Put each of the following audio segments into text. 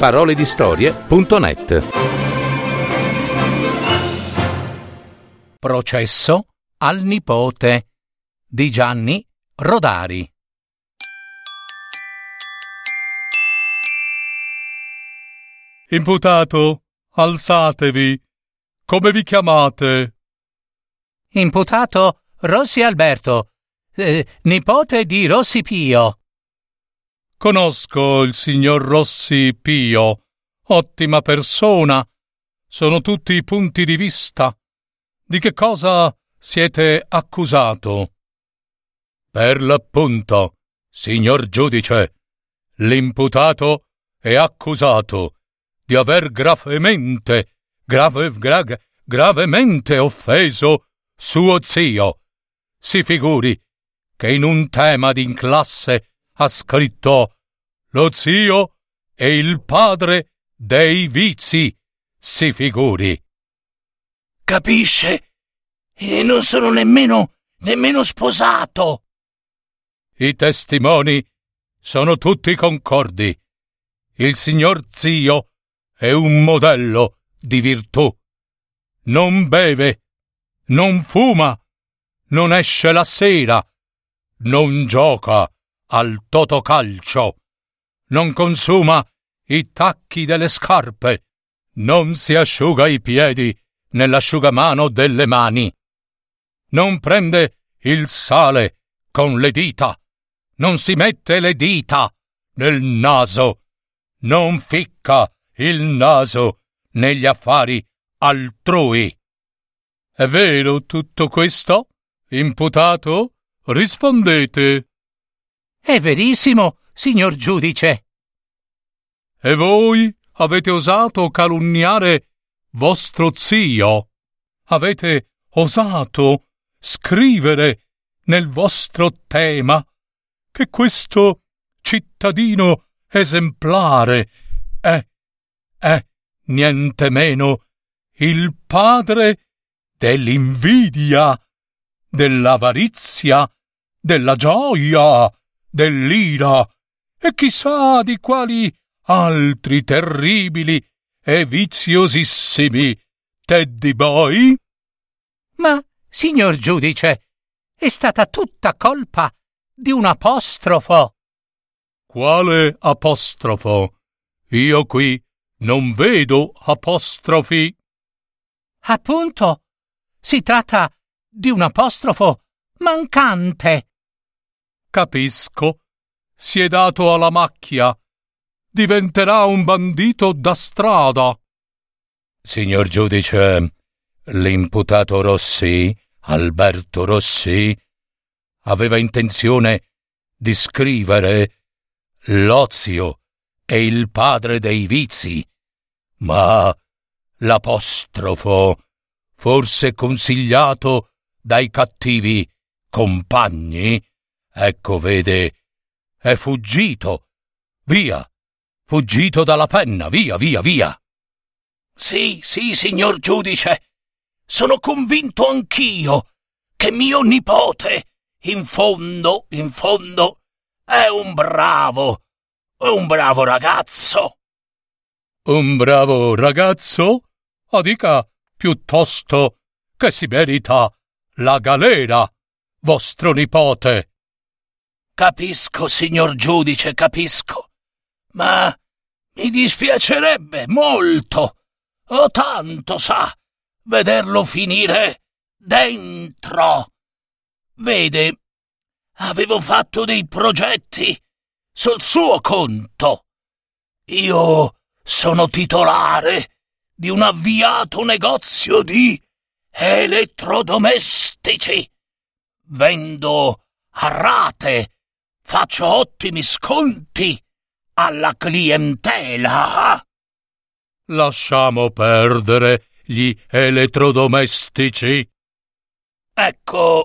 paroledistorie.net. Processo al nipote di Gianni Rodari. Imputato, alzatevi. Come vi chiamate? Imputato Rossi Alberto, nipote di Rossi Pio. Conosco il signor Rossi Pio, ottima persona. Sono tutti i punti di vista. Di che cosa siete accusato? Per l'appunto, signor giudice, l'imputato è accusato di aver gravemente offeso suo zio. Si figuri che in un tema in classe ha scritto: lo zio è il padre dei vizi. Si figuri. Capisce? E non sono nemmeno sposato. I testimoni sono tutti concordi. Il signor zio è un modello di virtù. Non beve, non fuma, non esce la sera, non gioca al totocalcio, non consuma i tacchi delle scarpe, non si asciuga i piedi nell'asciugamano delle mani, non prende il sale con le dita, non si mette le dita nel naso, non ficca il naso negli affari altrui. È vero tutto questo? Imputato, rispondete. È verissimo, signor giudice. E voi avete osato calunniare vostro zio? Avete osato scrivere nel vostro tema che questo cittadino esemplare è niente meno il padre dell'invidia, dell'avarizia, della gioia, dell'ira e chissà di quali altri terribili e viziosissimi teddy boy? Ma, signor giudice, è stata tutta colpa di un apostrofo. Quale apostrofo? Io qui non vedo apostrofi. Appunto, si tratta di un apostrofo mancante. Capisco. Si è dato alla macchia. Diventerà un bandito da strada. Signor giudice, l'imputato Rossi, Alberto Rossi, aveva intenzione di scrivere l'ozio è il padre dei vizi, ma l'apostrofo, forse consigliato dai cattivi compagni, ecco vede, è fuggito, via, fuggito dalla penna, via, via, via. Sì, signor giudice, sono convinto anch'io che mio nipote, in fondo, è un bravo ragazzo. Un bravo ragazzo? Dica piuttosto che si merita la galera, vostro nipote. Capisco, signor giudice, capisco, ma mi dispiacerebbe molto, tanto sa, vederlo finire dentro. Vede, avevo fatto dei progetti sul suo conto. Io sono titolare di un avviato negozio di elettrodomestici. Vendo a rate, faccio ottimi sconti alla clientela. Lasciamo perdere gli elettrodomestici. Ecco,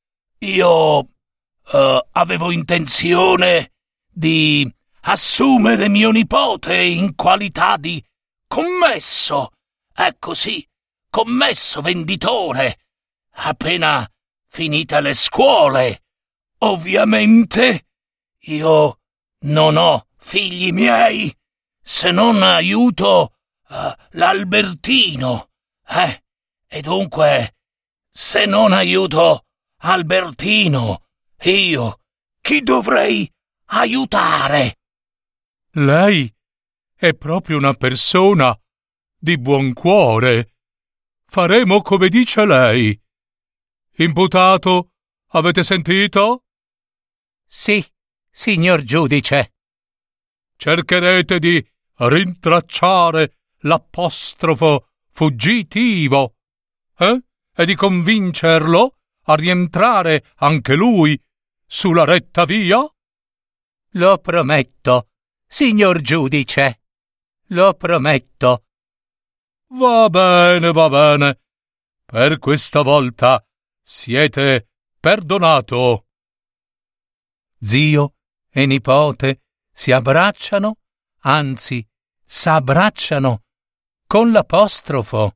io avevo intenzione di assumere mio nipote in qualità di commesso, ecco sì, commesso venditore, appena finite le scuole. Ovviamente io non ho figli miei, se non aiuto l'Albertino. E dunque, se non aiuto Albertino, io chi dovrei aiutare? Lei è proprio una persona di buon cuore. Faremo come dice lei. Imputato, avete sentito? Sì, signor giudice. Cercherete di rintracciare l'apostrofo fuggitivo, e di convincerlo a rientrare anche lui sulla retta via? Lo prometto, signor giudice. Lo prometto. Va bene, va bene. Per questa volta siete perdonato. Zio e nipote si abbracciano, anzi, s'abbracciano con l'apostrofo.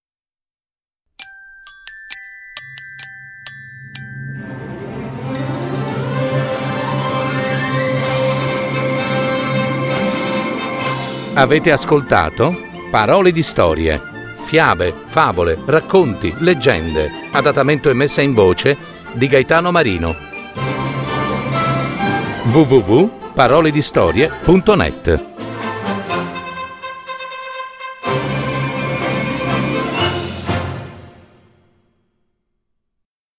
Avete ascoltato Parole di storie, fiabe, favole, racconti, leggende, adattamento e messa in voce di Gaetano Marino. www.paroledistorie.net